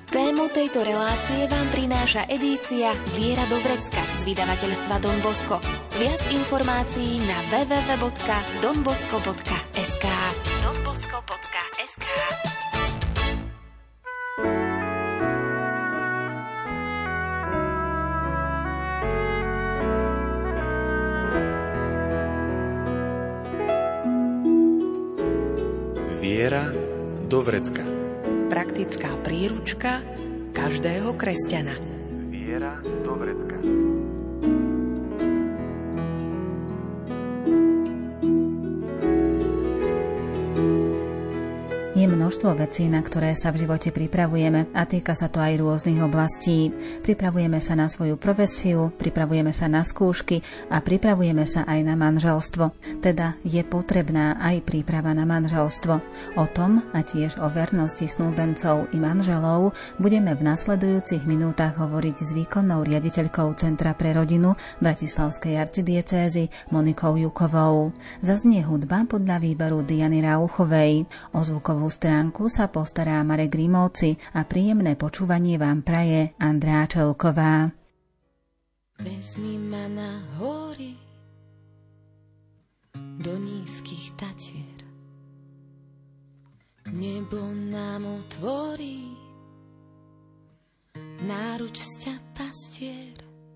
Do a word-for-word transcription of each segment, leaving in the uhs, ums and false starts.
Tému tejto relácie vám prináša edícia Viera do vrecka z vydavateľstva Don Bosco. Viac informácií na w w w bodka don bosco bodka es ká. don bosco bodka es ká. Viera do vrecka. Praktická príručka každého kresťana. Viera do vrecka. Je množstvo vecí, na ktoré sa v živote pripravujeme a týka sa to aj rôznych oblastí. Pripravujeme sa na svoju profesiu, pripravujeme sa na skúšky a pripravujeme sa aj na manželstvo. Teda je potrebná aj príprava na manželstvo. O tom a tiež o vernosti snúbencov i manželov budeme v nasledujúcich minútach hovoriť s výkonnou riaditeľkou Centra pre rodinu Bratislavskej arcidiecézy Monikou Jukovou. Zaznie hudba podľa výberu Diany Rauchovej. O zvukovú stránku sa postará Marek Grimovci a príjemné počúvanie vám praje Andrea Čelková. Vezmi ma na hory, do nízkych Tatier. Nebo nám otvorí náruč sťa pastier.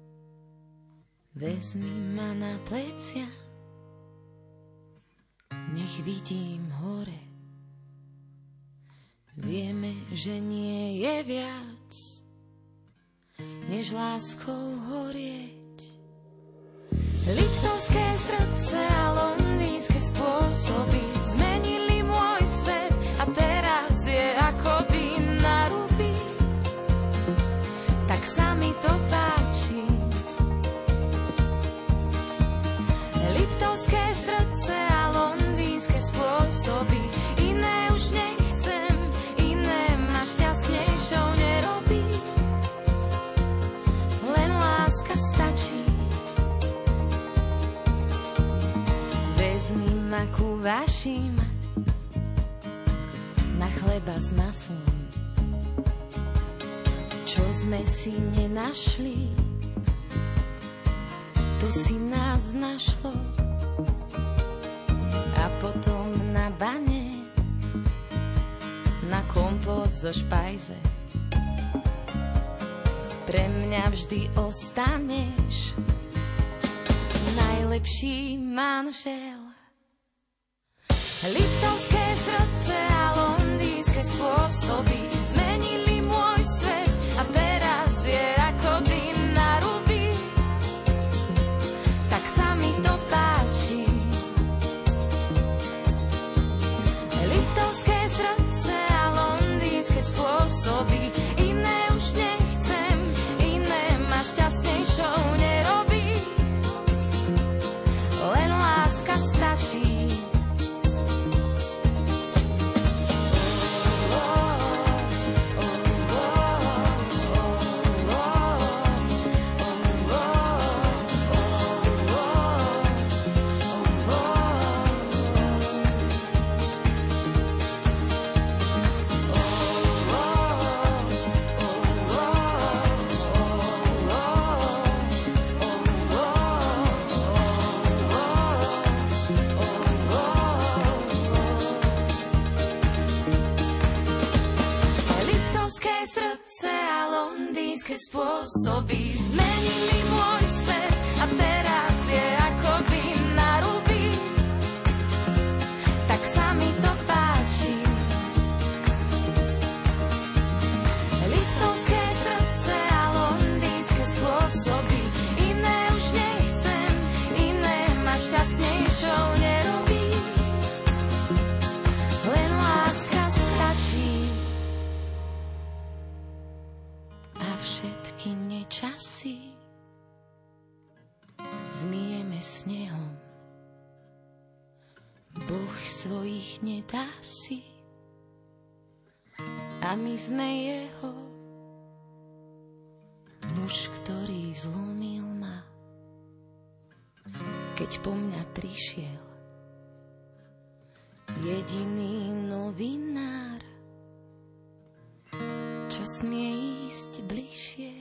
Vezmi ma na plecia, nech vidím hore. Vieme, že nie je viac, než láskou horieť. Liptovské srdce a londýnske spôsoby zmenili môj svet a teraz je ako by na ruby. Tak sa mi to páči. Liptovské srdce a londýnske spôsoby, iné už nechcem, iné ma šťastnejšou nerobí. Len láska stačí. Vezmi ma ku vašim na chleba s maslom, čo sme si nenašli, to si nás našlo. A potom na bane, na kompot zo špajze, pre mňa vždy ostaneš najlepší manžel. Liptovské srdce a londýnske spôsoby zmenili môj svet a teraz je ako by na ruby. Tak sa mi to páči. Liptovské srdce a londýnske spôsoby, iné už nechcem, iné ma šťastnejšou nerobí. Len láska stačí. Spôsoby zmenili môj svet a teraz je ako by na ruby. Tak sa mi to páči. Liptovské srdce a londýnske spôsoby, iné už nechcem, iné ma šťastnejšou nerobí. Len láska stačí. Všetky nečasy zmijeme snehom. Boh svojich nedá si a my sme jeho. Muž, ktorý zlomil ma, keď po mňa prišiel jediný novinár, čo čo smie ísť bližšie.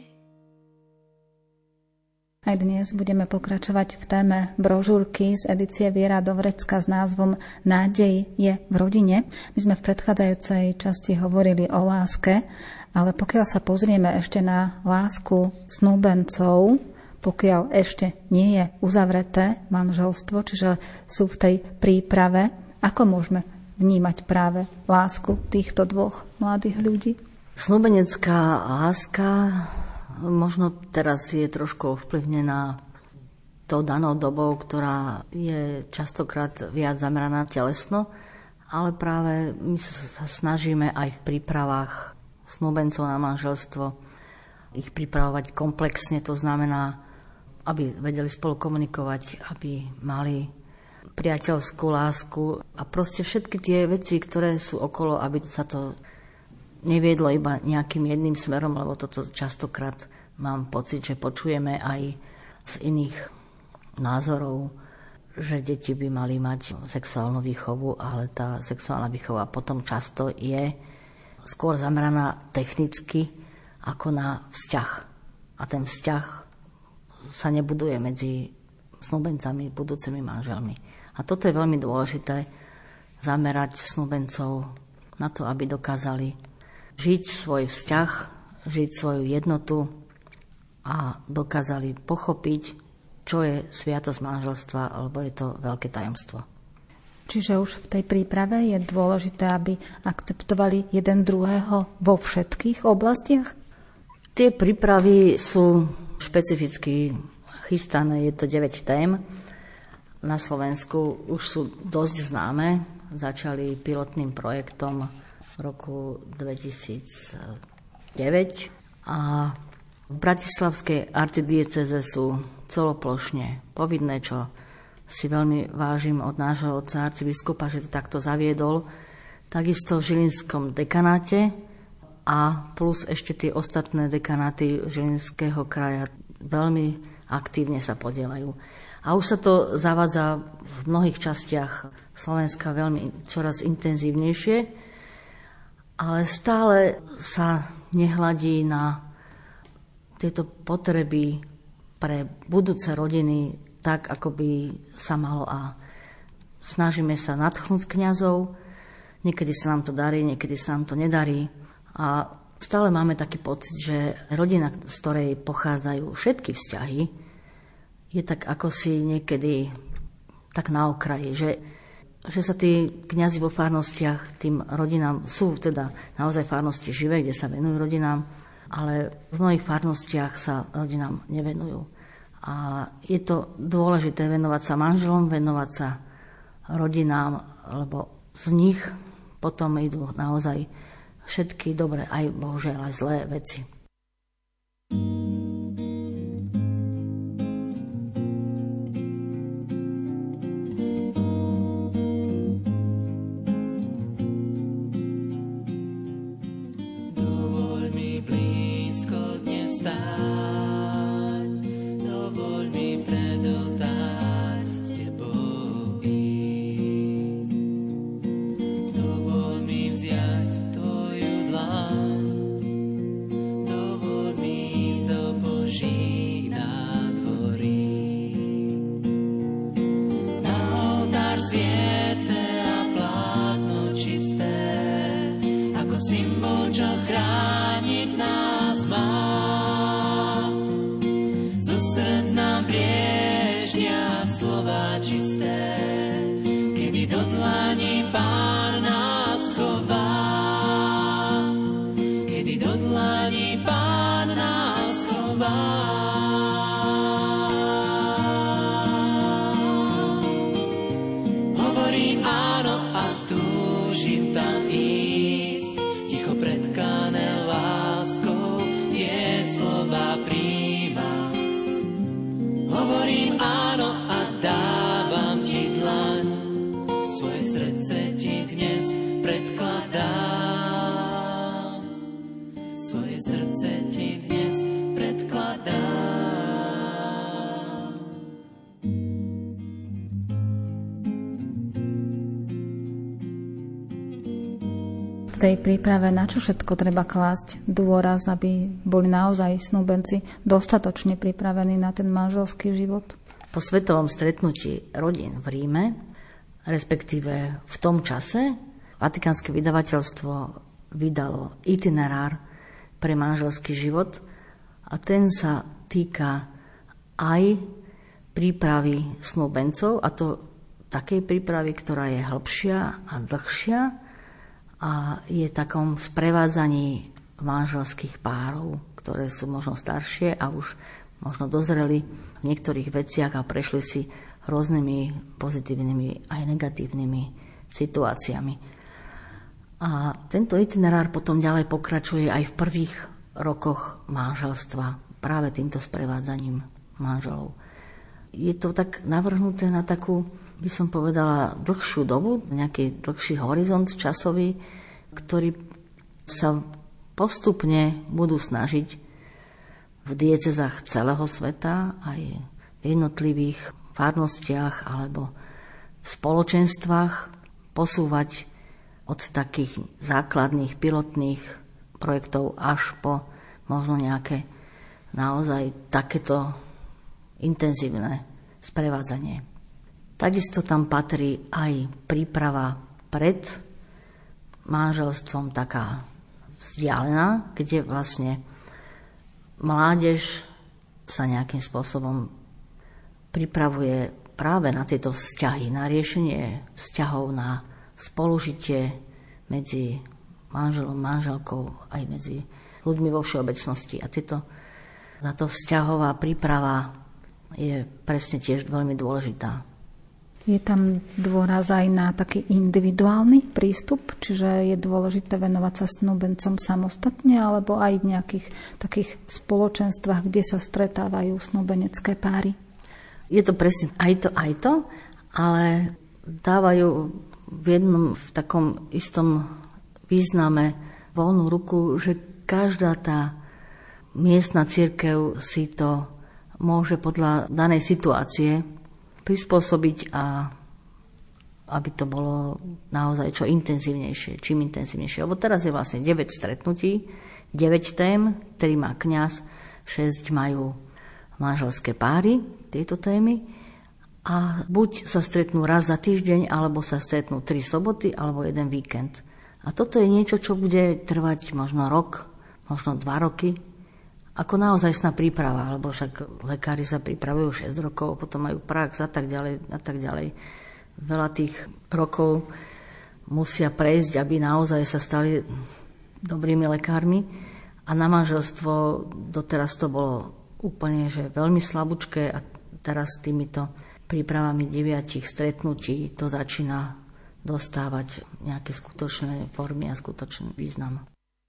Aj dnes budeme pokračovať v téme brožúrky z edície Viera do vrecka s názvom Nádej je v rodine. My sme v predchádzajúcej časti hovorili o láske, ale pokiaľ sa pozrieme ešte na lásku snúbencov, pokiaľ ešte nie je uzavreté manželstvo, čiže sú v tej príprave, ako môžeme vnímať práve lásku týchto dvoch mladých ľudí? Snúbenecká láska možno teraz je trošku ovplyvnená tou danou dobou, ktorá je častokrát viac zameraná telesno, ale práve my sa snažíme aj v prípravách snúbencov na manželstvo ich pripravovať komplexne, to znamená, aby vedeli spolu komunikovať, aby mali priateľskú lásku a proste všetky tie veci, ktoré sú okolo, aby sa to neviedlo iba nejakým jedným smerom, lebo toto častokrát mám pocit, že počujeme aj z iných názorov, že deti by mali mať sexuálnu výchovu, ale tá sexuálna výchova potom často je skôr zameraná technicky ako na vzťah. A ten vzťah sa nebuduje medzi snúbencami, budúcimi manželmi. A toto je veľmi dôležité, zamerať snúbencov na to, aby dokázali žiť svoj vzťah, žiť svoju jednotu a dokázali pochopiť, čo je sviatosť manželstva, alebo je to veľké tajomstvo. Čiže už v tej príprave je dôležité, aby akceptovali jeden druhého vo všetkých oblastiach? Tie prípravy sú špecificky chystané, je to deväť tém. Na Slovensku už sú dosť známe, začali pilotným projektom v roku dvetisícdeväť a v bratislavskej arcidiecéze sú celoplošne povinné, čo si veľmi vážim od nášho otca arcibiskupa, že to takto zaviedol. Takisto v Žilinskom dekanáte a plus ešte tie ostatné dekanáty Žilinského kraja veľmi aktívne sa podieľajú. A už sa to zavádza v mnohých častiach Slovenska veľmi čoraz intenzívnejšie, ale stále sa nehľadí na tieto potreby pre budúce rodiny tak, ako by sa malo, a snažíme sa nadchnúť kňazov. Niekedy sa nám to darí, niekedy sa nám to nedarí. A stále máme taký pocit, že rodina, z ktorej pochádzajú všetky vzťahy, je tak ako si niekedy tak na okraji, že, že sa tí kňazi vo farnostiach tým rodinám, sú teda naozaj farnosti živé, kde sa venujú rodinám, ale v mnohých farnostiach sa rodinám nevenujú. A je to dôležité venovať sa manželom, venovať sa rodinám, lebo z nich potom idú naozaj všetky dobré, aj bohužiaľ aj zlé veci. tej príprave na čo všetko treba klásť dôraz, aby boli naozaj snúbenci dostatočne pripravení na ten manželský život? Po svetovom stretnutí rodín v Ríme, respektíve v tom čase, Vatikánske vydavateľstvo vydalo itinerár pre manželský život a ten sa týka aj prípravy snúbencov, a to takej prípravy, ktorá je hĺbšia a dlhšia a je takom sprevádzaní manželských párov, ktoré sú možno staršie a už možno dozreli v niektorých veciach a prešli si rôznymi pozitívnymi aj negatívnymi situáciami. A tento itinerár potom ďalej pokračuje aj v prvých rokoch manželstva práve týmto sprevádzaním manželov. Je to tak navrhnuté na takú, by som povedala, dlhšiu dobu, nejaký dlhší horizont časový, ktorý sa postupne budú snažiť v diecezách celého sveta, aj v jednotlivých farnostiach alebo v spoločenstvách posúvať od takých základných pilotných projektov až po možno nejaké naozaj takéto intenzívne sprevádzanie. Takisto tam patrí aj príprava pred manželstvom taká vzdialená, kde vlastne mládež sa nejakým spôsobom pripravuje práve na tieto vzťahy, na riešenie vzťahov, na spolužitie medzi manželom, manželkou, aj medzi ľuďmi vo všeobecnosti. A tieto, táto vzťahová príprava je presne tiež veľmi dôležitá. Je tam dôraz aj na taký individuálny prístup, čiže je dôležité venovať sa snúbencom samostatne alebo aj v nejakých takých spoločenstvách, kde sa stretávajú snúbenecké páry? Je to presne aj to, aj to, ale dávajú v jednom, v takom istom význame voľnú ruku, že každá tá miestna cirkev si to môže podľa danej situácie prispôsobiť, a aby to bolo naozaj čo intenzívnejšie, čím intenzívnejšie. Lebo teraz je vlastne deväť stretnutí, deväť tém, ktorý má kňaz, šesť majú manželské páry, tieto témy, a buď sa stretnú raz za týždeň, alebo sa stretnú tri soboty, alebo jeden víkend. A toto je niečo, čo bude trvať možno rok, možno dva roky, ako naozajstná príprava, alebo však lekári sa pripravujú šesť rokov, potom majú prax a tak ďalej a tak ďalej. Veľa tých rokov musia prejsť, aby naozaj sa stali dobrými lekármi, a na manželstvo doteraz to bolo úplne že veľmi slabúčké, a teraz týmito prípravami deviatich stretnutí to začína dostávať nejaké skutočné formy a skutočný význam.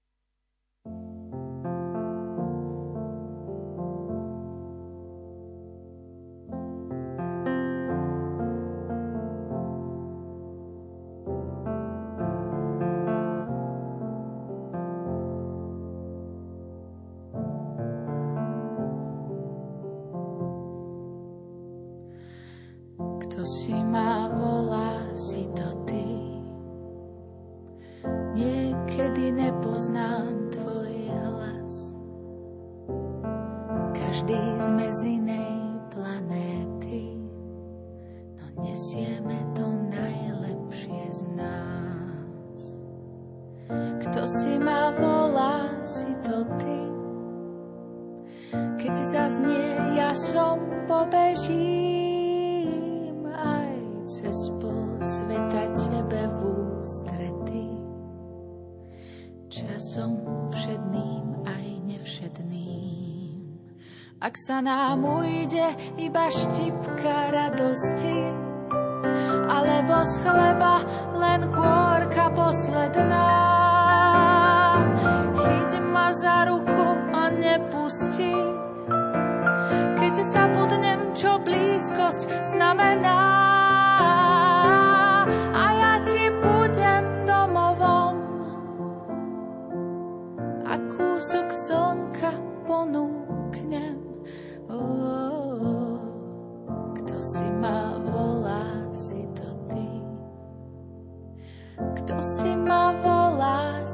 Kto si ma volá, si to ty. Niekedy nepoznám tvoj hlas. Každý sme z inej planéty, no nesieme to najlepšie z nás. Kto si ma volá, si to ty. Keď zaznie, ja som pobežím aj cez pol sveta tebe v ústrety. Časom všedným aj nevšedným. Ak sa nám ujde iba štipka radosti, alebo z chleba len kôrka posledná, chyť ma za ruku a nepusti, keď zabudnem, čo blízkosť znamená. A ja ti budem domovom a kúsok slnka ponúknem. Oh, kto si ma volá, si to ty. Kto si ma volá,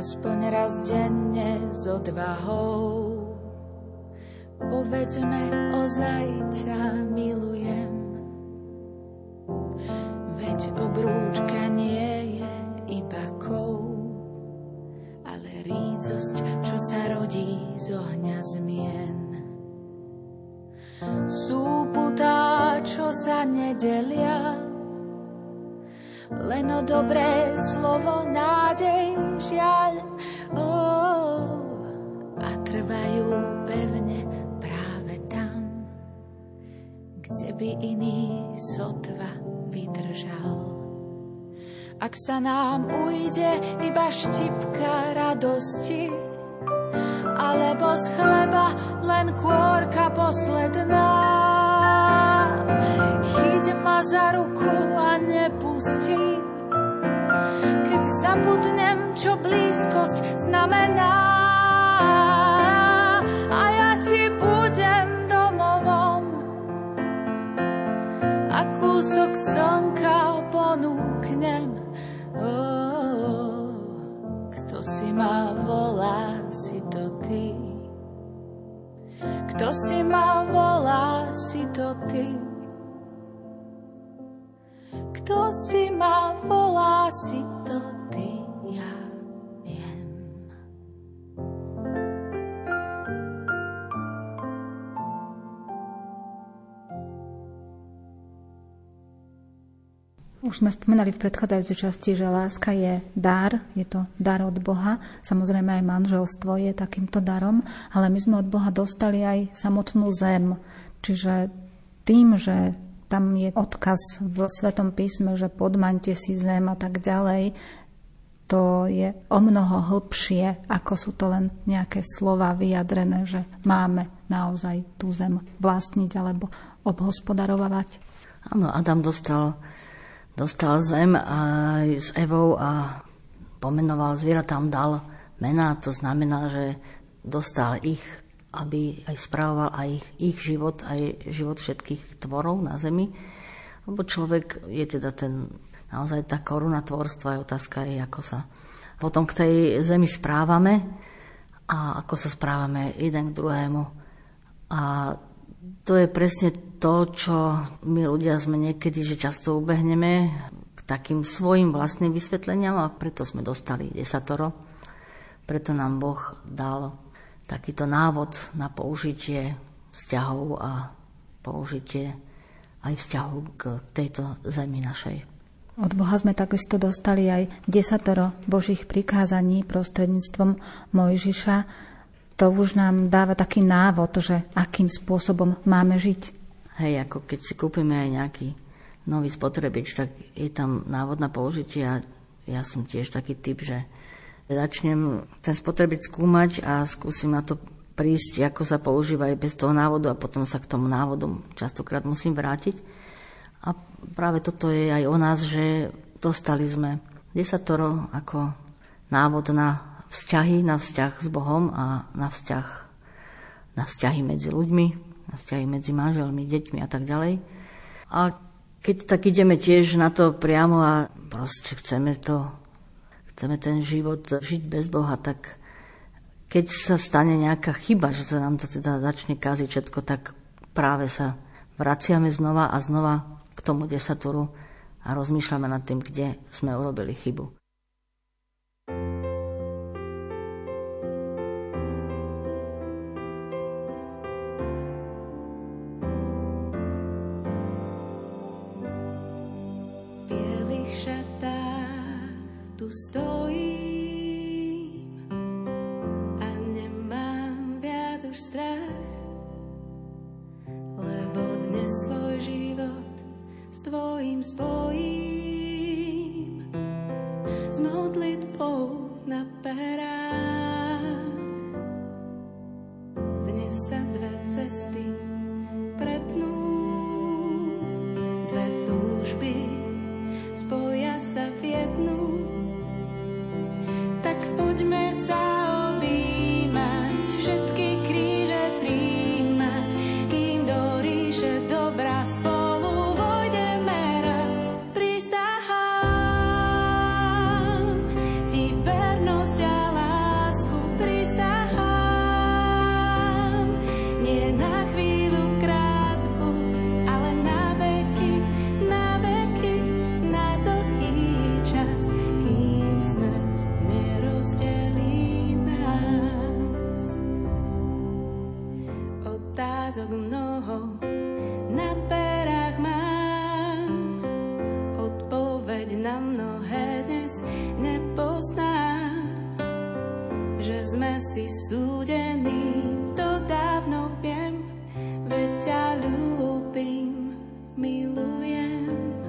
aspoň raz denne s odvahou. Povedzme, ozaj ťa milujem, veď obrúčka nie je iba kov, ale rídzosť, čo sa rodí z ohňa zmien. Sú putá, čo sa nedelia, len o dobré slovo, nádej, žiaľ, oh, a trvajú pevne práve tam, kde by iný sotva vydržal. Ak sa nám ujde iba štipka radosti, alebo z chleba len kôrka posledná, chyť ma za ruku a nepusti, keď zabudnem, čo blízkosť znamená. A ja ti budem domovom a kúsok slnka ponúknem. Oh, kto si ma volá, si to ty. Kto si ma volá, si to ty. Kto si ma volá, si to ty, ja viem. Už sme spomenali v predchádzajúcej časti, že láska je dar, je to dar od Boha. Samozrejme aj manželstvo je takýmto darom, ale my sme od Boha dostali aj samotnú zem. Čiže tým, že tam je odkaz v Svetom písme, že podmaňte si zem a tak ďalej, to je o mnoho hlbšie, ako sú to len nejaké slova vyjadrené, že máme naozaj tú zem vlastniť alebo obhospodarovať. Áno, Adam dostal Dostal zem aj s Evou a pomenoval zvieratám, dal mená. To znamená, že dostal ich, aby aj spravoval aj ich, ich život, aj život všetkých tvorov na zemi. Lebo človek je teda ten, naozaj tá koruna tvorstva, aj otázka je, ako sa potom k tej zemi správame a ako sa správame jeden k druhému. A to je presne to, čo my ľudia sme niekedy, že často ubehneme k takým svojim vlastným vysvetleniam a preto sme dostali desatoro. Preto nám Boh dal takýto návod na použitie vzťahov a použitie aj vzťahov k tejto zemi našej. Od Boha sme takisto dostali aj desatoro Božích prikázaní prostredníctvom Mojžiša. To už nám dáva taký návod, že akým spôsobom máme žiť. Hej, ako keď si kúpime aj nejaký nový spotrebič, tak je tam návod na použitie a ja som tiež taký typ, že začnem ten spotrebič skúmať a skúsim na to prísť, ako sa používa aj bez toho návodu a potom sa k tomu návodu častokrát musím vrátiť. A práve toto je aj o nás, že dostali sme desatoro ako návod na vzťahy, na vzťah s Bohom a na vzťah, na vzťahy medzi ľuďmi, na vzťahy medzi manželmi, deťmi a tak ďalej. A keď tak ideme tiež na to priamo a proste chceme to, chceme ten život žiť bez Boha, tak keď sa stane nejaká chyba, že sa nám to teda začne kaziť všetko, tak práve sa vraciame znova a znova k tomu desatoru a rozmýšľame nad tým, kde sme urobili chybu. Tu stojím a nemám viac už strach, lebo dnes svoj život s tvojím spojím, s modlitbou na perách. Dnes sa dve cesty pretnú, dve túžby spoja sa v jednu. Tak poďme sa objímať, všetky kríže prijímať, kým do ríše dobra spolu vojdeme raz. Prisahám ti vernosť a na mnohé dnes nepozná, že sme si súdení, to dávno viem, veď ťa ľúbim, milujem.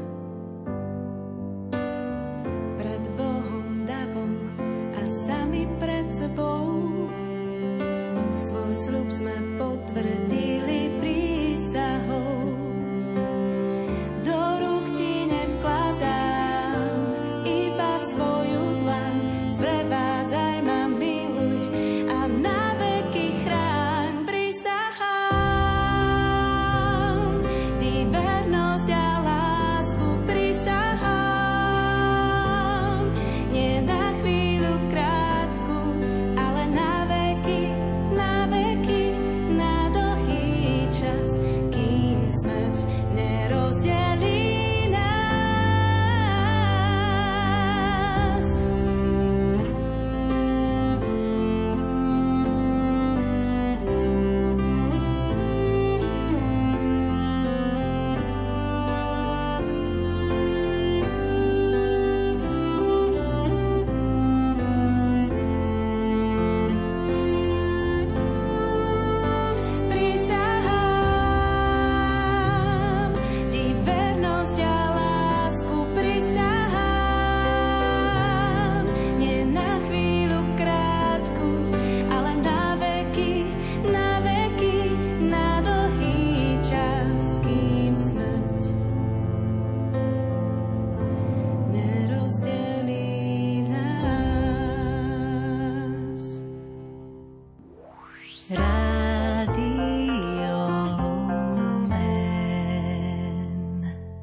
Pred Bohom davom a sami pred sebou svoj sľub sme potvrdili prísahou. Do rúk ti nevkladám iba svoju dlaň, sprevádzaj ma, miluj a na veky chráň. Prisahám ti vernosť a lásku, prisahám nie na chvíľu krátku, ale na veky, na veky, na dlhý čas, kým smrť nerozdelí nás. Prisahám ti vernosť a lásku, prisahám nie na chvíľu krátku, ale na veky, na veky, na dlhý čas, kým smrť nerozdelí nás. Rádio Lumen.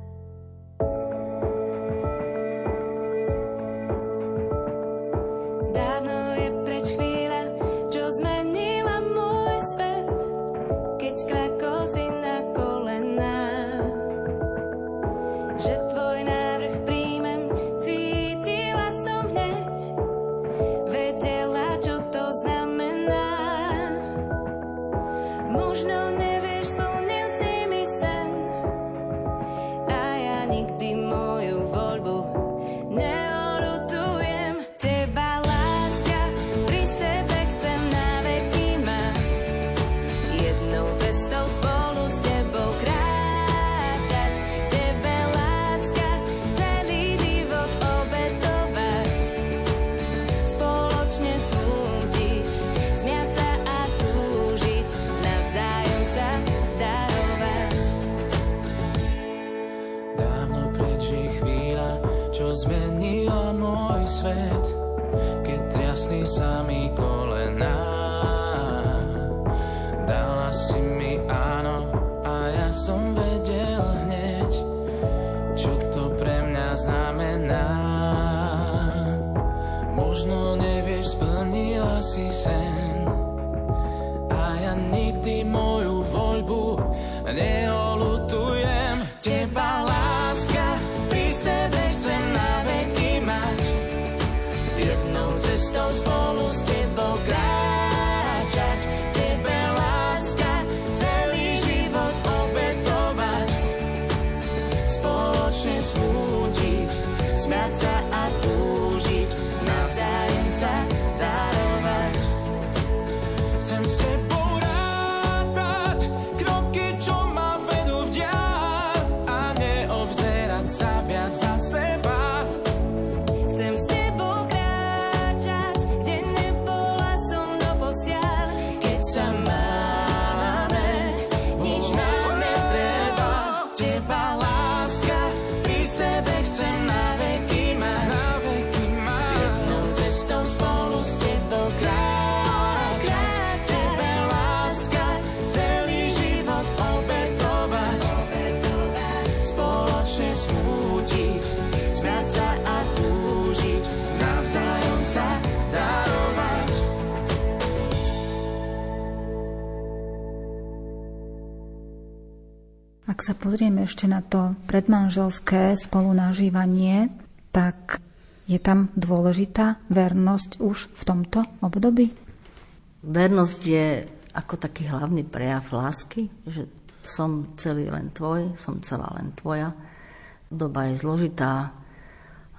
Dávno je preč chvíľa, čo zmenila môj svet, keď klakol si na kolená. Že tvoj návrh príjmem, cítila som hneď, vedela, čo to znamená. Možno nevieš, splnil si mi sen a ja nikdy moju voľbu neoľutujem. Teba, láska, pri sebe chcem na veky mať, jednou cestou spolu s tebou kráčať. Tebe, láska, celý život obetovať, spoločne smútiť, smiať sa a túžiť, navzájom sa darovať. Dávno preč je chvíľa, čo zmenila môj svet, keď triasli sa mi kolená. Dala si mi áno a ja som vedel hneď, čo to pre mňa znamená. Možno nevieš, splnila si sen a ja nikdy moju voľbu neoľutujem. Teba, láska, pri sebe chcem na veky mať, jednou cestou spolu s tebou kráčať. Tebe, láska, celý život obetovať, spoločne smútiť, smiať sa a túžiť, navzájom sa darovať. Chcem s tebou rátať kroky, čo ma vedú vďať, a neobzerať sa viac za seba. Chcem s tebou kráčať, kde nebola som doposiaľ. Keď sa máme, nič nám netreba. Teba, láska, pri sebe chcem na veky mať, jednou cestou spolu s tebou kráčať. Tebe, láska, celý život obetovať, spoločne smútiť, smiať sa a túžiť, navzájom sa darovať. Ak sa pozrieme ešte na to predmanželské spolunažívanie, tak je tam dôležitá vernosť už v tomto období? Vernosť je ako taký hlavný prejav lásky, že som celý len tvoj, som celá len tvoja. Doba je zložitá,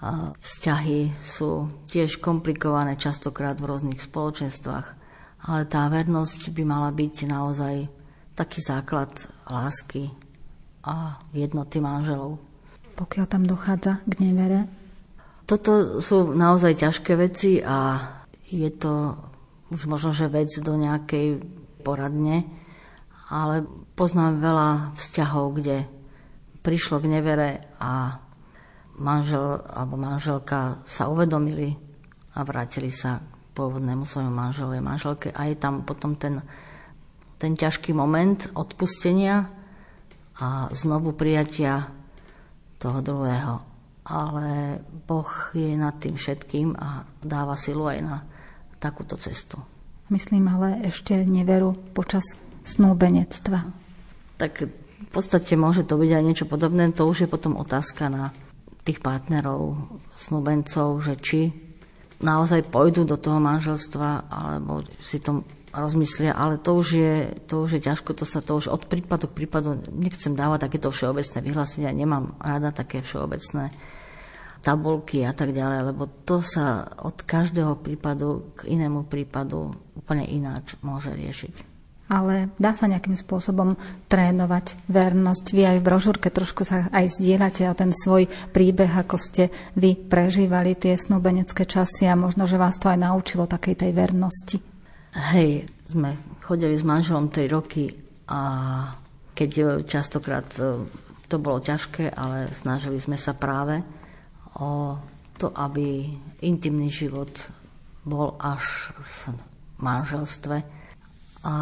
A vzťahy sú tiež komplikované častokrát v rôznych spoločenstvách, ale tá vernosť by mala byť naozaj taký základ lásky a jednoty manželov. Pokiaľ tam dochádza k nevere? Toto sú naozaj ťažké veci a je to už možno, že vec do nejakej poradne, ale poznám veľa vzťahov, kde prišlo k nevere a manžel alebo manželka sa uvedomili a vrátili sa k pôvodnému svojmu manželovi a manželke a je tam potom ten, ten ťažký moment odpustenia a znovu prijatia toho druhého. Ale Boh je nad tým všetkým a dáva silu aj na takúto cestu. Myslím ale ešte neveru počas snúbenectva. Tak v podstate môže to byť aj niečo podobné, to už je potom otázka na tých partnerov, snúbencov, že či naozaj pôjdu do toho manželstva, alebo si to rozmyslia, ale to už je, to už je ťažko, to sa to už od prípadu k prípadu, nechcem dávať takéto všeobecné vyhlásenia, nemám rada také všeobecné tabulky a tak ďalej, lebo to sa od každého prípadu k inému prípadu úplne ináč môže riešiť. Ale dá sa nejakým spôsobom trénovať vernosť. Vy aj v brožúrke trošku sa aj zdieľate a ten svoj príbeh, ako ste vy prežívali tie snúbenecké časy a možno, že vás to aj naučilo takej tej vernosti. Hej, sme chodili s manželom tri roky a keď častokrát to bolo ťažké, ale snažili sme sa práve o to, aby intimný život bol až v manželstve. A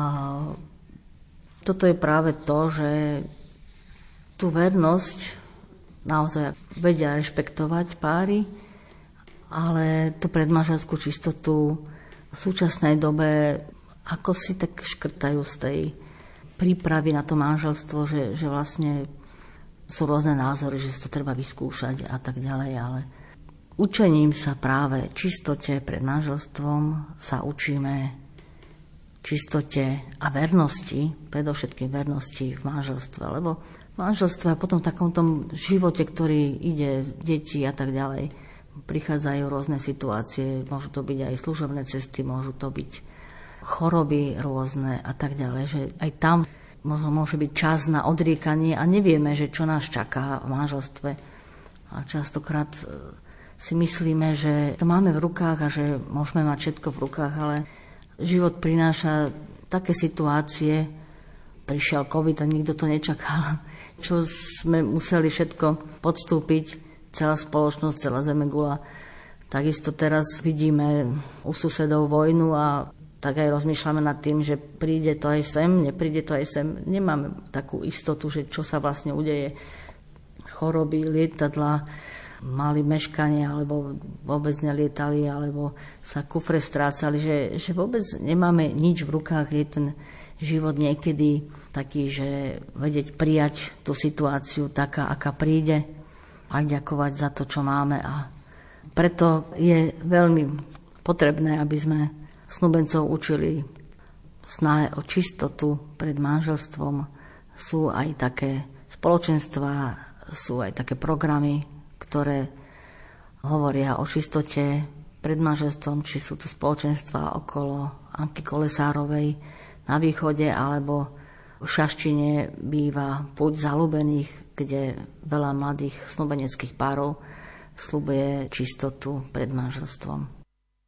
toto je práve to, že tú vernosť naozaj vedia rešpektovať páry, ale tú predmanželskú čistotu v súčasnej dobe ako si tak škrtajú z tej prípravy na to manželstvo, že, že vlastne sú rôzne názory, že si to treba vyskúšať a tak ďalej, ale učením sa práve čistote pred manželstvom sa učíme čistote a vernosti, predovšetkým vernosti v manželstve, lebo manželstvo a potom v takom tom živote, ktorý ide, deti a tak ďalej, prichádzajú rôzne situácie, môžu to byť aj služobné cesty, môžu to byť choroby rôzne a tak ďalej, že aj tam možno môže byť čas na odriekanie a nevieme, že čo nás čaká v manželstve. A častokrát si myslíme, že to máme v rukách a že môžeme mať všetko v rukách, ale život prináša také situácie, prišiel COVID a nikto to nečakal, čo sme museli všetko podstúpiť, celá spoločnosť, celá zemegula. Takisto teraz vidíme u susedov vojnu a tak aj rozmýšľame nad tým, že príde to aj sem, nepríde to aj sem. Nemáme takú istotu, že čo sa vlastne udeje. Choroby, lietadla, mali meškanie, alebo vôbec nelietali, alebo sa kufre strácali, že, že vôbec nemáme nič v rukách. Je ten život niekedy taký, že vedieť prijať tú situáciu taká, aká príde a ďakovať za to, čo máme. A preto je veľmi potrebné, aby sme snúbencov učili snahe o čistotu pred manželstvom. Sú aj také spoločenstvá, sú aj také programy, ktoré hovoria o čistote pred manželstvom, či sú to spoločenstvá okolo Anky Kolesárovej na východe, alebo v Šaščine býva Púť zaľúbených, kde veľa mladých snúbeneckých párov sľubuje čistotu pred manželstvom.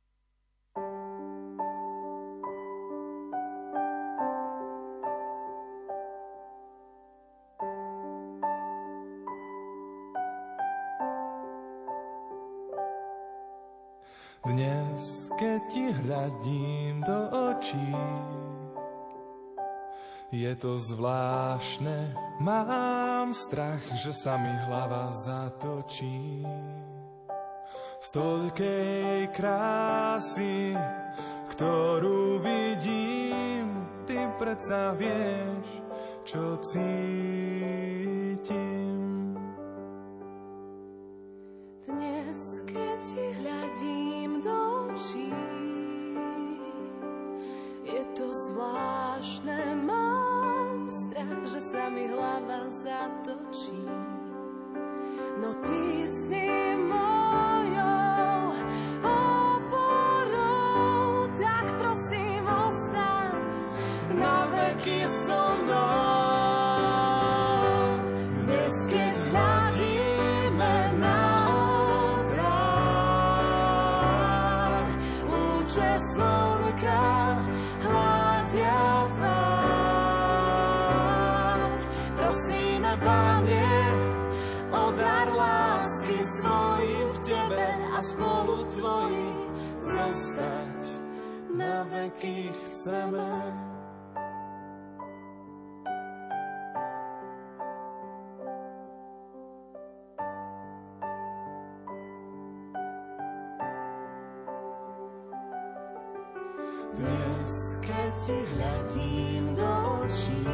Dnes, keď ti hľadím do očí, je to zvláštne, mám strach, že sa mi hlava zatočí. Z toľkej krásy, ktorú vidím, ty predsa vieš, čo cítim. Dnes, keď ti hľadím do očí, je to zvláštne, mám strach, že sa mi hlava zatočí. No ty si môj Dnes, keď hľadíme na oltár, lúče slnka hľadia tvár. Prosíme, Pane, o dar lásky svojich v Tebe a spolu Tvoji zostať na veky chceme. Dnes, keď Ti hľadím do očí,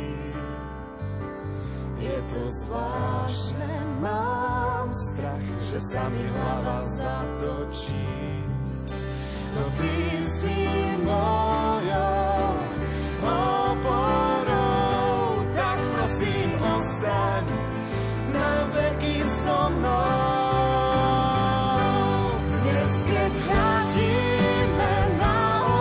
je to zvláštne, mám strach, že sa mi hlava zatočí. No Ty si mojou oporou, tak prosím ostaň na veky so mnou. Dnes, keď hľadíme na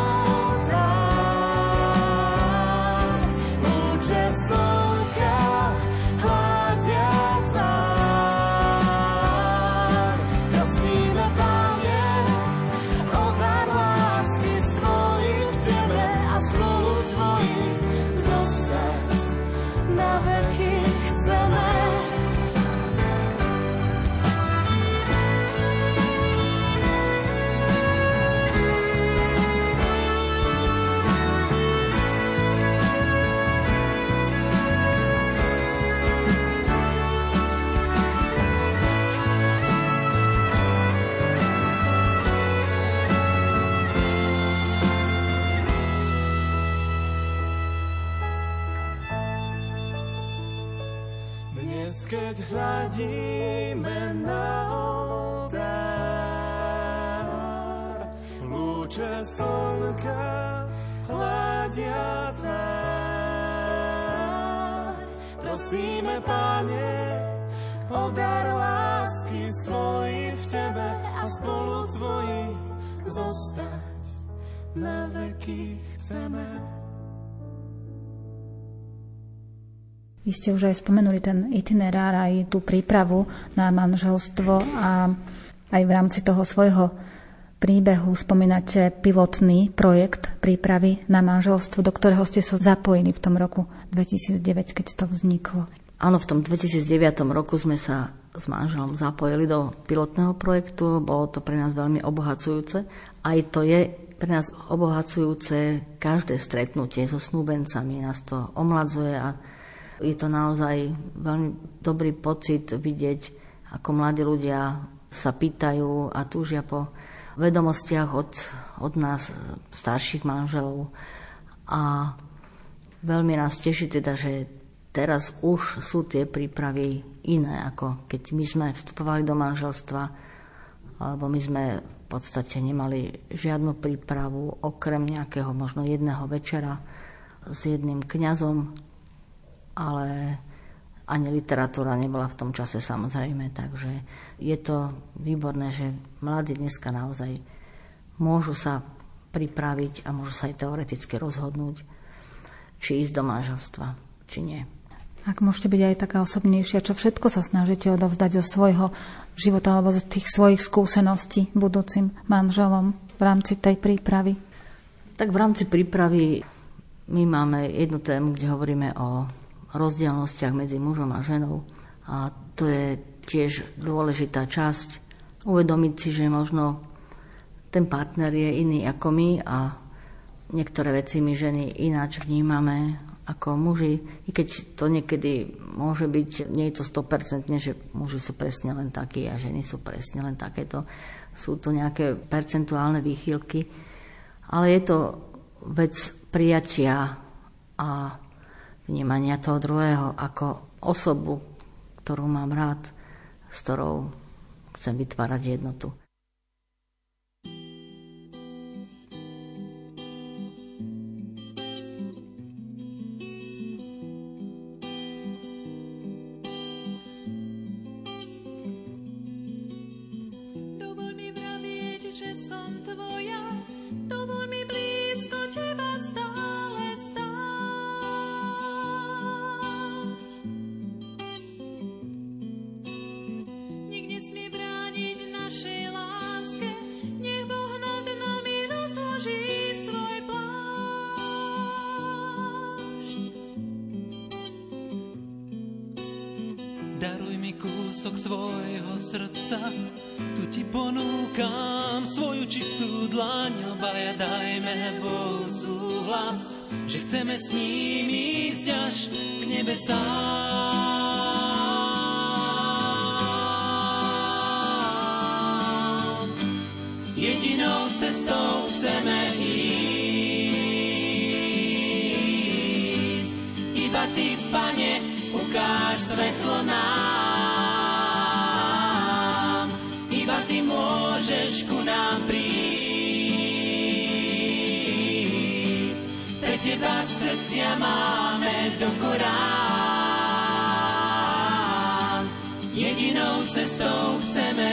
oltár, lúče slnka hľadia tvár. Prosíme, Pane, o dar lásky svojich v Tebe a spolu Tvoji zostať na veky chceme. Dnes, keď hľadíme na oltár, lúče slnka hľadia tvár. Prosíme, Pane, o dar lásky svojich v Tebe a spolu Tvoji zostať na veky chceme. Vy ste už aj spomenuli ten itinerár, aj tú prípravu na manželstvo a aj v rámci toho svojho príbehu spomínate pilotný projekt prípravy na manželstvo, do ktorého ste sa zapojili v tom roku dvetisícdeväť, keď to vzniklo. Áno, v tom dvetisícdeväť roku sme sa s manželom zapojili do pilotného projektu. Bolo to pre nás veľmi obohacujúce. Aj to je pre nás obohacujúce každé stretnutie so snúbencami. Nás to omladzuje a je to naozaj veľmi dobrý pocit vidieť, ako mladí ľudia sa pýtajú a túžia po vedomostiach od, od nás, starších manželov. A veľmi nás teší teda, že teraz už sú tie prípravy iné, ako keď my sme vstupovali do manželstva, alebo my sme v podstate nemali žiadnu prípravu, okrem nejakého možno jedného večera s jedným kňazom, ale ani literatúra nebola v tom čase samozrejme, takže je to výborné, že mladí dneska naozaj môžu sa pripraviť a môžu sa aj teoreticky rozhodnúť, či ísť do manželstva, či nie. Ak môžete byť aj taká osobnejšia, čo všetko sa snažíte odovzdať zo svojho života alebo z tých svojich skúseností budúcim manželom v rámci tej prípravy? Tak v rámci prípravy my máme jednu tému, kde hovoríme o rozdielnostiach medzi mužom a ženou. A to je tiež dôležitá časť. Uvedomiť si, že možno ten partner je iný ako my a niektoré veci my ženy ináč vnímame ako muži. I keď to niekedy môže byť, nie je to sto percent, že muži sú presne len takí a ženy sú presne len takéto. Sú to nejaké percentuálne výchylky. Ale je to vec prijatia a vnímania toho druhého ako osobu, ktorú mám rád, s ktorou chcem vytvárať jednotu. daruj mi kúsok svojho srdca. Tu ti ponúkam svoju čistú dlaň, obaja dajme Bohu súhlas, že chceme s ním ísť až k nebesám. Jedinou cestou chceme ísť, iba ty, Pane, ukáž svetlo nám, iba ty môžeš ku nám prísť. Pre teba srdcia máme do Korán, jedinou cestou chceme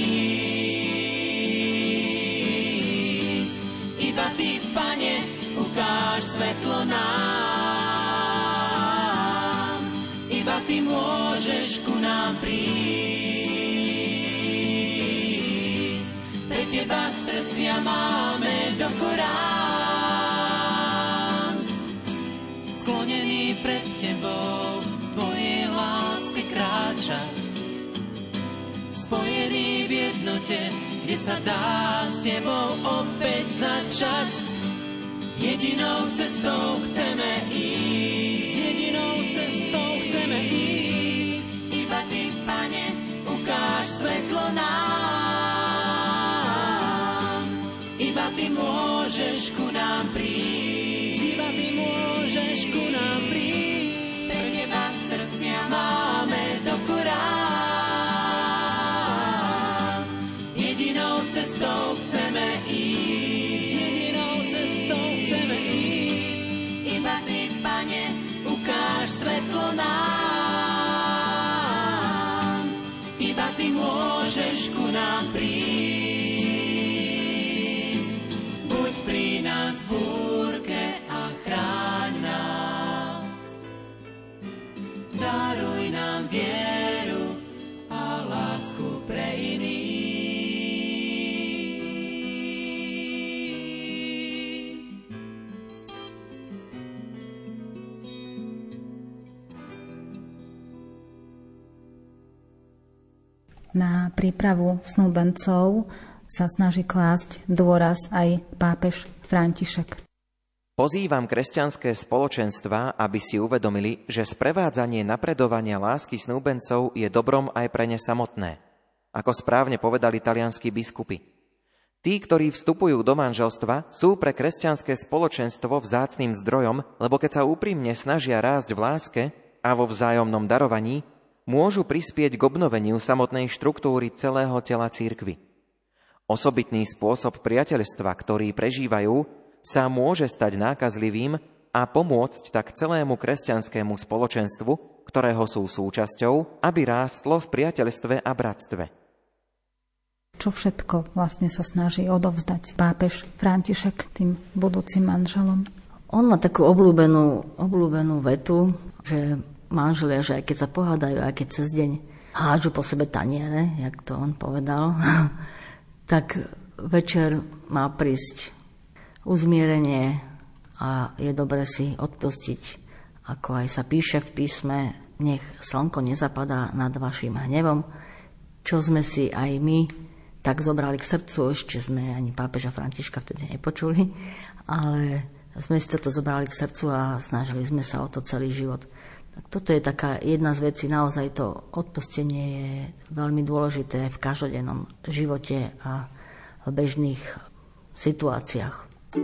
ísť, iba ty, Pane, ukáž svetlo nám, iba ty môžeš ku nám prísť. Pre teba srdcia máme do Korán, sklonený pred tebou, tvojej láske kráčať, spojený v jednote, kde sa dá s tebou opäť začať. Jedinou cestou chceme ísť, jedinou cestou chceme ísť, iba ty, Pane, ukáž svetlo nám, iba ty môžeš ku nám prísť, iba ty môžeš ku nám prísť. Pre teba srdcia máme do Korán, jedinou cestou chceme ísť, jedinou cestou chceme ísť, iba ty, Pane, ukáž svetlo nám, iba ty môžeš ku nám prísť. Buď pri nás v búrke a chráň nás, daruj nám vieru a lásku pre iných. Na prípravu snúbencov sa snaží klásť dôraz aj pápež František. Pozývam kresťanské spoločenstvá, aby si uvedomili, že sprevádzanie napredovania lásky snúbencov je dobrom aj pre ne samotné. Ako správne povedali talianskí biskupy. Tí, ktorí vstupujú do manželstva, sú pre kresťanské spoločenstvo vzácnym zdrojom, lebo keď sa úprimne snažia rásť v láske a vo vzájomnom darovaní, môžu prispieť k obnoveniu samotnej štruktúry celého tela cirkvi. Osobitný spôsob priateľstva, ktorý prežívajú, sa môže stať nákazlivým a pomôcť tak celému kresťanskému spoločenstvu, ktorého sú súčasťou, aby rástlo v priateľstve a bratstve. Čo všetko vlastne sa snaží odovzdať pápež František tým budúcim manželom? On má takú obľúbenú, obľúbenú vetu, že manželia, že aj keď sa pohádajú, aj keď cez deň hádžu po sebe taniere, jak to on povedal, tak večer má prísť uzmierenie a je dobre si odpustiť, ako aj sa píše v písme, nech slnko nezapadá nad vašim hnevom, čo sme si aj my tak zobrali k srdcu, ešte sme ani pápeža Františka vtedy nepočuli, ale sme si to zobrali k srdcu a snažili sme sa o to celý život. Tak toto je taká jedna z vecí, naozaj to odpustenie je veľmi dôležité v každodennom živote a v bežných situáciách.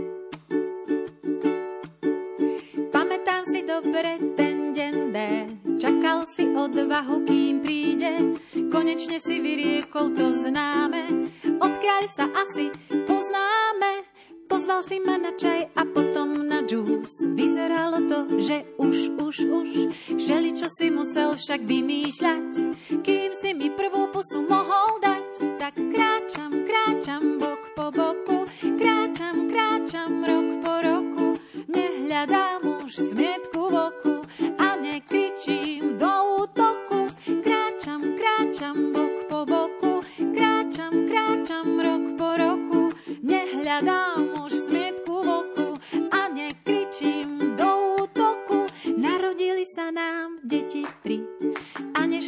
Pamätám si dobre ten deň D, čakal si odvahu, kým príde, konečne si vyriekol to známe, odkiaľ sa asi poznáme. Pozval si ma na čaj a potom na džús. Vyzeralo to, že už, už, už všeličo si musel však vymýšľať, kým si mi prvú pusu mohol dať. Tak kráčam, kráčam bok po boku, kráčam, kráčam rok po roku, nehľadám už smietku v oku a nekričím do útoku. Kráčam, kráčam bok po boku, kráčam, kráčam rok po roku, nehľadám už smietku v oku a nekričím do útoku. Narodili sa nám deti tri a nešli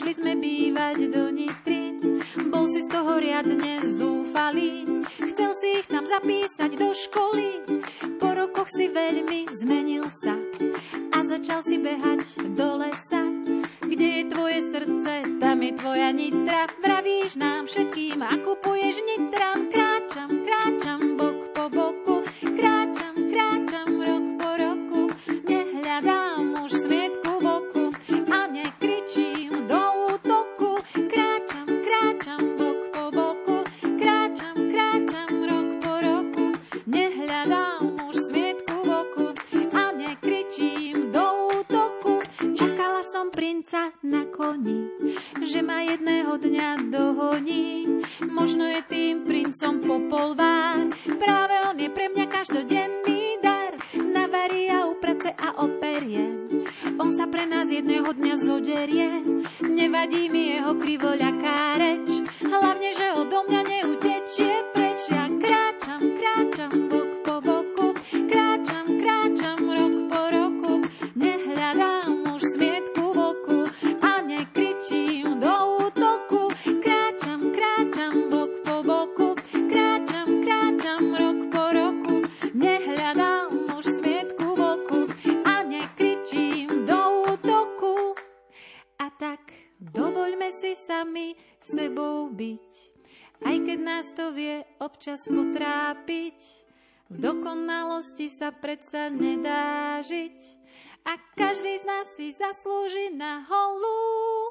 išli sme bývať do Nitry. Bol si z toho riadne zúfalý, chcel si ich tam zapísať do školy. Po rokoch si veľmi zmenil sa a začal si behať do lesa. Kde je tvoje srdce, tam je tvoja Nitra. Vravíš nám všetkým a kupuješ Nitran. Kráčam, kráčam bok po boku, kráčam, kráčam rok po roku. Nehľadám už smietku v oku a nekričím do útoku. Kráčam, kráčam bok po boku, kráčam, kráčam rok po roku. Nehľadám už smietku v oku a nekričím do útoku. Čakala som princa na koni, že ma jedného dňa dohoní. Možno je tým princom popolvár, práve on je pre mňa každodenný dar. Navarí a uprace a operie, on sa pre nás jedného dňa zoderie. Nevadí mi jeho krivoľaká reč, hlavne, že odo mňa neutečie preč. Ja kráčam, kráčam bok po boku, kráčam, kráčam rok po roku. Nehľadám už smietku v oku a nekričím do útoku. Kráčam, kráčam bok po boku, kráčam, kráčam rok po roku. Nehľadám už smietku v oku a nekričím do útoku. A tak dovoľme si sami sebou byť, aj keď nás to vie občas potrápiť. V dokonalosti sa predsa nedá žiť a každý z nás si zaslúži na holú.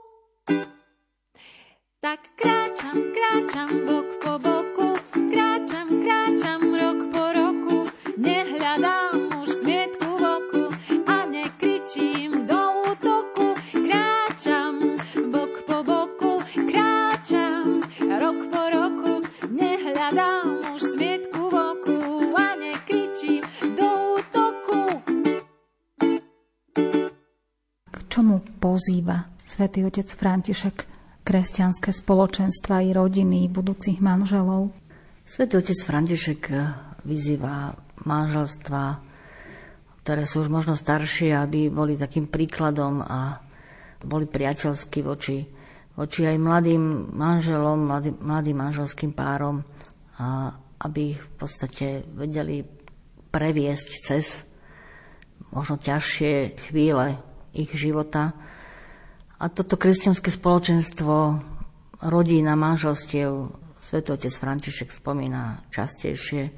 Tak kráčam, kráčam bok po boku, kráčam, kráčam rok po roku. Nehľadám už smietku v oku a nekričím do útoku. Kráčam bok po boku, kráčam rok po roku. Nehľadám už smietku v oku a nekričím do útoku. K čomu pozýva svätý otec František kresťanské spoločenstva i rodiny budúcich manželov? Svätý otec František vyzýva manželstva, ktoré sú už možno staršie, aby boli takým príkladom a boli priateľskí voči, voči aj mladým manželom, mladým, mladým manželským párom, a aby ich v podstate vedeli previesť cez možno ťažšie chvíle ich života. A toto kresťanské spoločenstvo rodín a manželstiev svätý otec František spomína častejšie.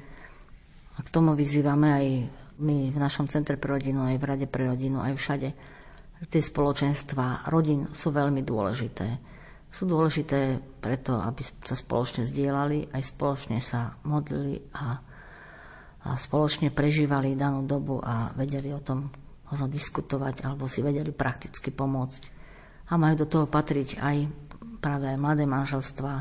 A k tomu vyzývame aj my v našom Centre pre rodinu, aj v Rade pre rodinu, aj všade. Tie spoločenstva rodín sú veľmi dôležité. Sú dôležité preto, aby sa spoločne zdieľali, aj spoločne sa modlili a, a spoločne prežívali danú dobu a vedeli o tom možno diskutovať alebo si vedeli prakticky pomôcť. A majú do toho patriť aj práve aj mladé manželstvá,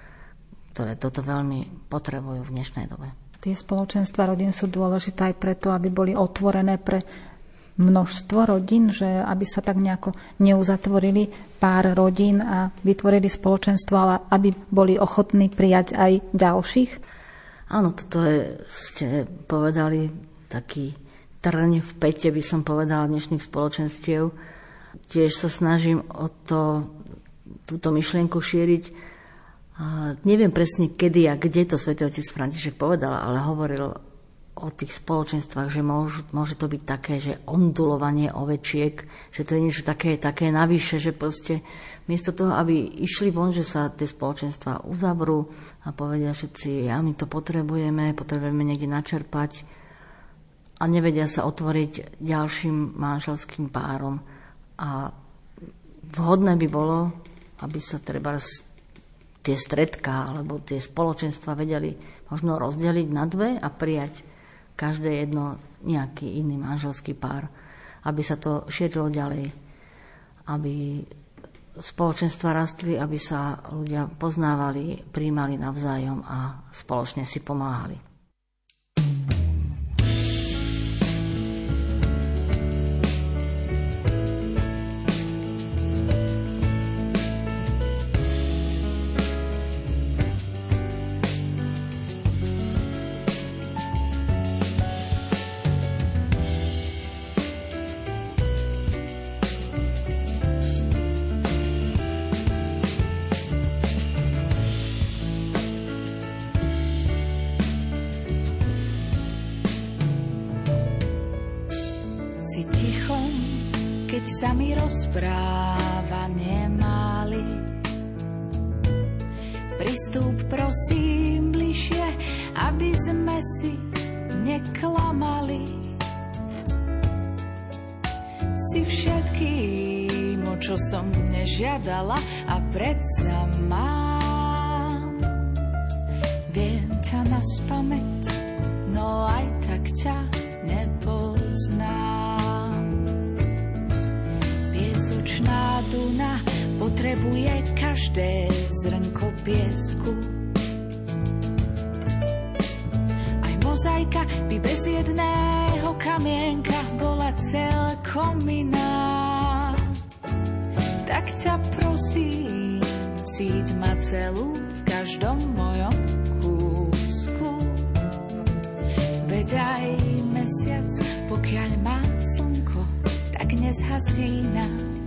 ktoré toto veľmi potrebujú v dnešnej dobe. Tie spoločenstva rodín sú dôležité aj preto, aby boli otvorené pre množstvo rodín, že aby sa tak nejako neuzatvorili pár rodín a vytvorili spoločenstvo, ale aby boli ochotní prijať aj ďalších. Áno, toto je, ste povedali, taký trň v pete, by som povedala, dnešných spoločenstiev. Tiež sa snažím o to, túto myšlienku šíriť. A neviem presne, kedy a kde to svätý otec František povedal, ale hovoril o tých spoločenstvách, že môže, môže to byť také, že ondulovanie ovečiek, že to je niečo také, také navyše, že proste miesto toho, aby išli von, že sa tie spoločenstvá uzavrú a povedia všetci, ja my to potrebujeme, potrebujeme niekde načerpať a nevedia sa otvoriť ďalším manželským párom. A vhodné by bolo, aby sa treba tie stredká alebo tie spoločenstva vedeli možno rozdeliť na dve a prijať každé jedno nejaký iný manželský pár, aby sa to šírilo ďalej, aby spoločenstva rastli, aby sa ľudia poznávali, prijímali navzájom a spoločne si pomáhali. rozprávanie mali. Pristúp prosím bližšie, aby sme si neklamali. Si všetkým, o čo som nežiadala a predsa mám. Viem ťa naspamäť, no aj tak ťa nepoznám. Piesočná duna potrebuje každé zrnko piesku. Aj mozaika by bez jedného kamienka bola celkom iná. Tak ťa prosím, cíť ma celú v každom mojom kúsku. Veď aj mesiac, pokiaľ má slnko, tak nezhasína.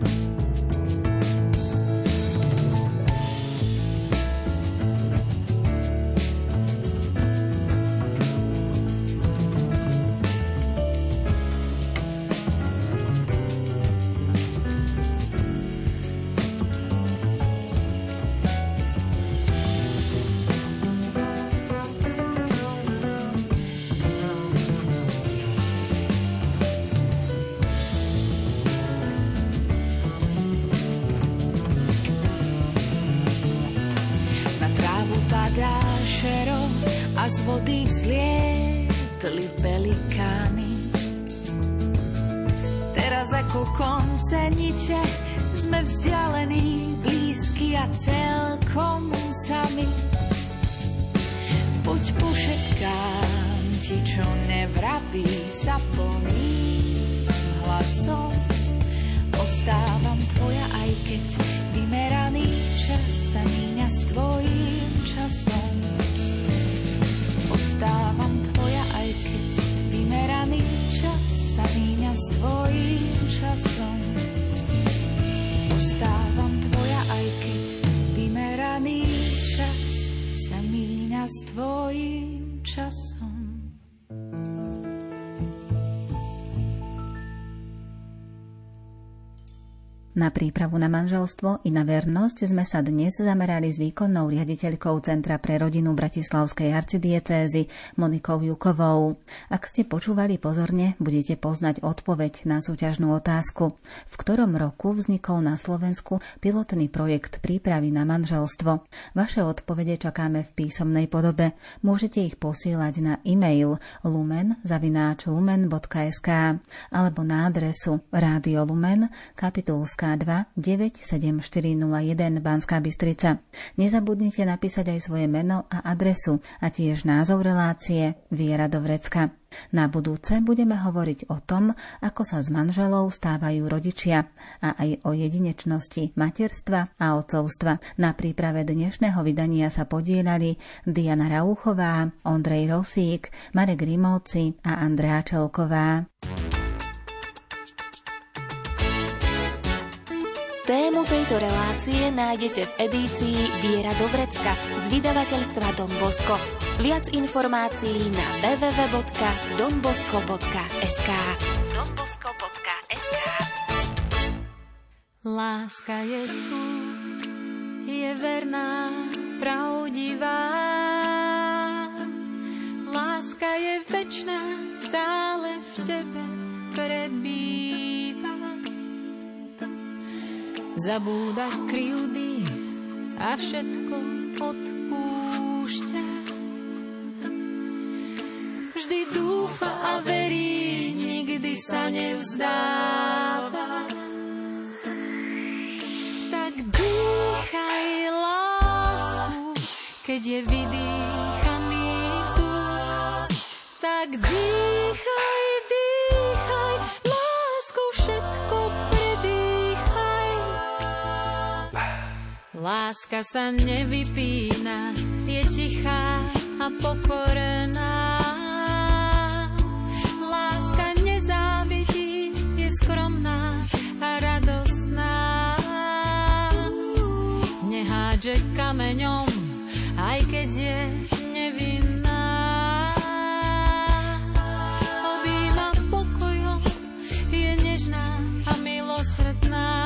A z vody vzlietli pelikány. Teraz ako koncenite sme vzdialení, blízki a celkom sami. Poď pošepkám ti, čo nevraví sa plným hlasom. Ostávam tvoja, aj keď vymeraný čas sa míňa s tvojím časom. Ostávam tvoja, aj keď vymeraný čas sa míňa s tvojím časom. Ostávam tvoja, aj keď vymeraný čas sa míňa s tvojím časom. Na prípravu na manželstvo i na vernosť sme sa dnes zamerali s výkonnou riaditeľkou Centra pre rodinu Bratislavskej arcidiecézy Monikou Jukovou. Ak ste počúvali pozorne, budete poznať odpoveď na súťažnú otázku. V ktorom roku vznikol na Slovensku pilotný projekt prípravy na manželstvo? Vaše odpovede čakáme v písomnej podobe. Môžete ich posílať na e-mail lumen zavináč lumen bodka es ká alebo na adresu Rádio Lumen, Kapitulská dva deväť sedem štyri nula jeden Banská Bystrica. Nezabudnite napísať aj svoje meno a adresu a tiež názov relácie Viera do vrecka. Na budúce budeme hovoriť o tom, ako sa z manželov stávajú rodičia a aj o jedinečnosti materstva a otcovstva. Na príprave dnešného vydania sa podieľali Diana Rauchová, Ondrej Rosík, Marek Rimovci a Andrea Čelková. Tému tejto relácie nájdete v edícii Viera do vrecka z vydavateľstva Don Bosco. Viac informácií na w w w bodka don bosco bodka es ká. don bosco bodka es ká. Láska je tu, je verná, pravdivá. Láska je večná, stále v tebe prebýva. Zabúda krivdy a všetko odpúšťa. Vždy dúfa a verí, nikdy sa nevzdáva. Tak dýchaj lásku, keď je vydýchaný vzduch. Tak dýchaj, dýchaj lásku, všetko predýchaj. Láska sa nevypína, je tichá a pokorná. Láska nezávidí, je skromná a radostná. Nehádže kameňom, aj keď je nevinná. Objíma pokojom, je nežná a milosrdná.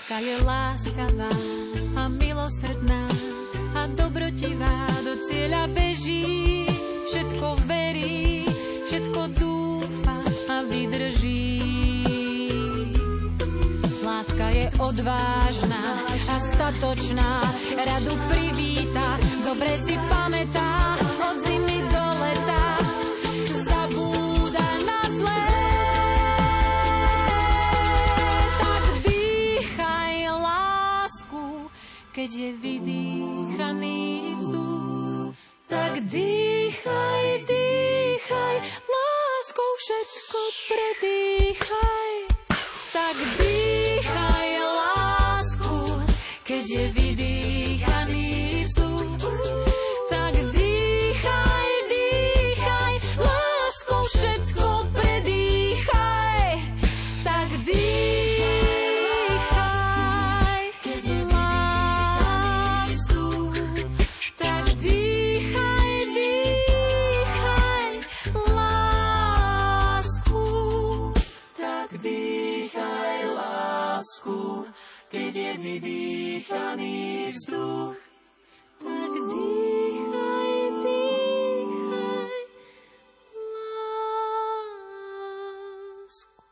Láska je láskavá a milosrdná a dobrotivá, do cieľa beží, všetko verí, všetko dúfa a vydrží. Láska je odvážna a statočná, radu privíta, dobre si pamätá, od zimy do leta zabúda na zlé. Tak dýchaj lásku, keď je vydýchaný vzduch. Tak dýchaj, dýchaj, láskou všetko predýchaj. Tak dýchaj lásku, keď je vydýchaný vzduch. Tak dýchaj, dýchaj, láskou všetko predýchaj. Tak dýchaj, keď je vydýchaný vzduch. Tak dýchaj, dýchaj lásku. Tak dýchaj lásku, keď je vydýchaný vzduch. Tak dýchaj, dýchaj lásku.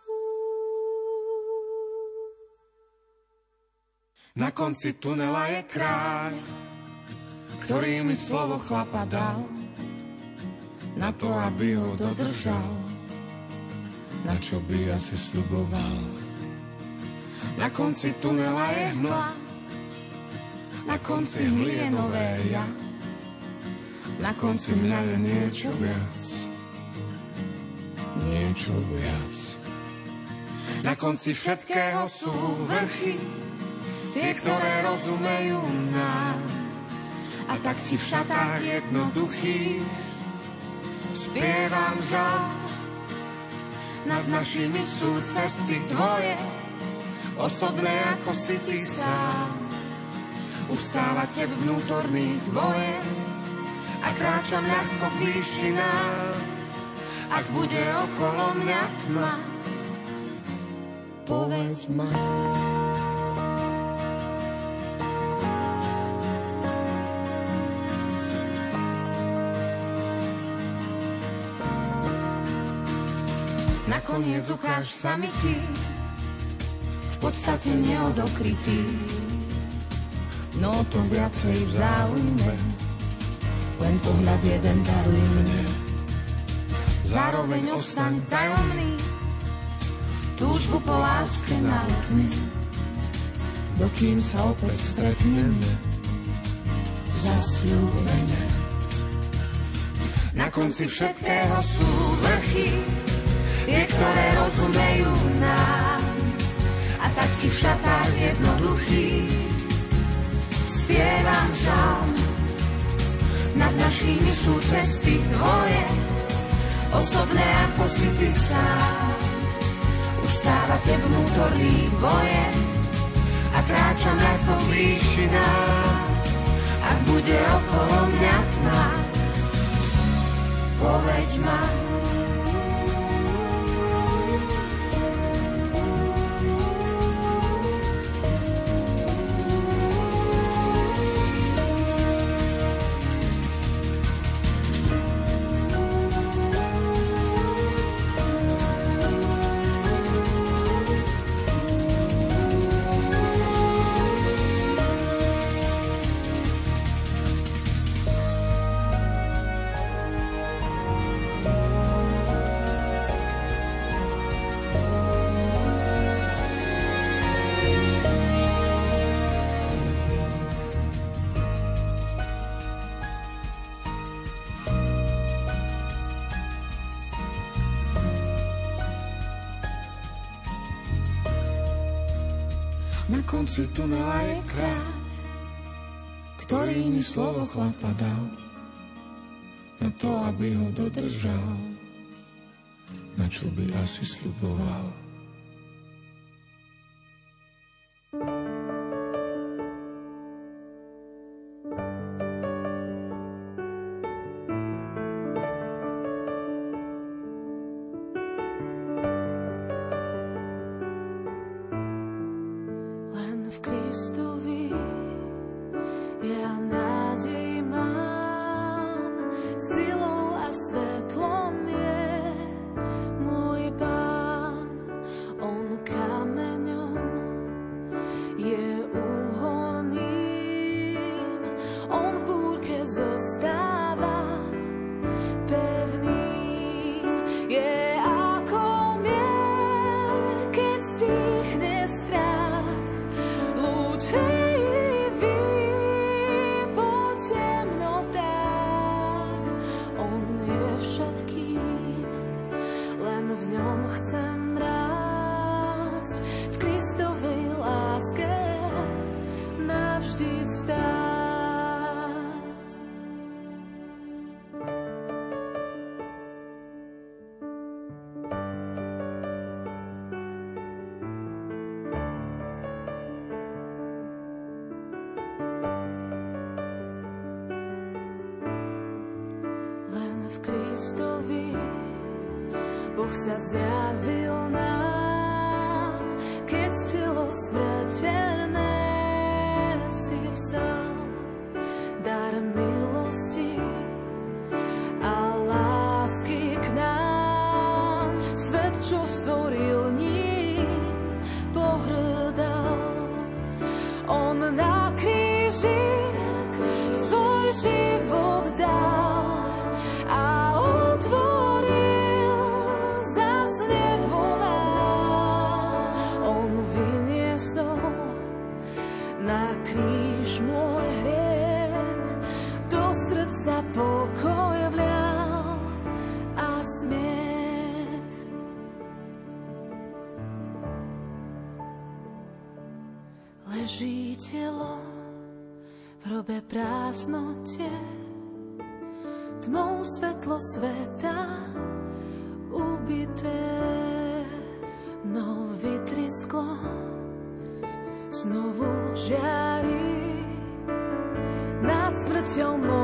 Na konci tunela je kráľ, ktorý mi slovo chlapa dal, na to, aby ho dodržal, na čo by asi sľuboval. Na konci tunela je hmla, na konci hmly je nové ja, na konci mňa je niečo viac, niečo viac. Na konci všetkého sú vrchy, tie, ktoré rozumejú nám. A tak ti v šatách jednoduchých spievam žal. Nad našimi sú cesty tvoje, osobné ako si ty sám. Ustávate vnútorných vojen a kráčam ľahko k výšinám. Ak bude okolo mňa tma, povedz ma. Nakoniec ukáž sa mi ty, v podstate neodokrytý, no to viacej v záujme, len pohľad jeden daruj mne. Zároveň ostaň tajomný, túžbu po láske naletmi, dokým sa opäť stretneme, zasľúbene. Na konci všetkého sú vrchy, tie, ktoré rozumejú nám. A tak ti v šatách jednoduchých spievam žal. Nad našimi sú cesty tvoje, osobné ako si ty sám. Ustávate vnútorných boje a kráčam ľahko k výšinám. Ak bude okolo mňa tma, povedz ma. Na konci tunela je kráľ, ktorý mi slovo chlapa dal, na to, aby ho dodržal, na čo by asi sľuboval. Len v Kristovi ja nádej mám, silou a svetlom je môj Pán. On kameňom je úhonným, on v búrke zostáva pevným, je ako mier, keď stichne strach, lúč hejivý po temnotách. On je všetkým, len v ňom chcem rásť, v Kristovej láske navždy stáť. Len v Kristovi Boh sa zjavil nám, keď telo smrteľné si vzal. Dar milosti a lásky k nám, svet, čo stvoril, ním pohrdal. On na kríži svoj život dal a otvoril, zas nevolal. On vyniesol na kríž môj hriech, do srdca pokoj vlial a smiech. Leží telo v hrobe prázdnote, tmou svetlo sveta ubité, no vytrisklo, znovu žiari nad smrťou mojou.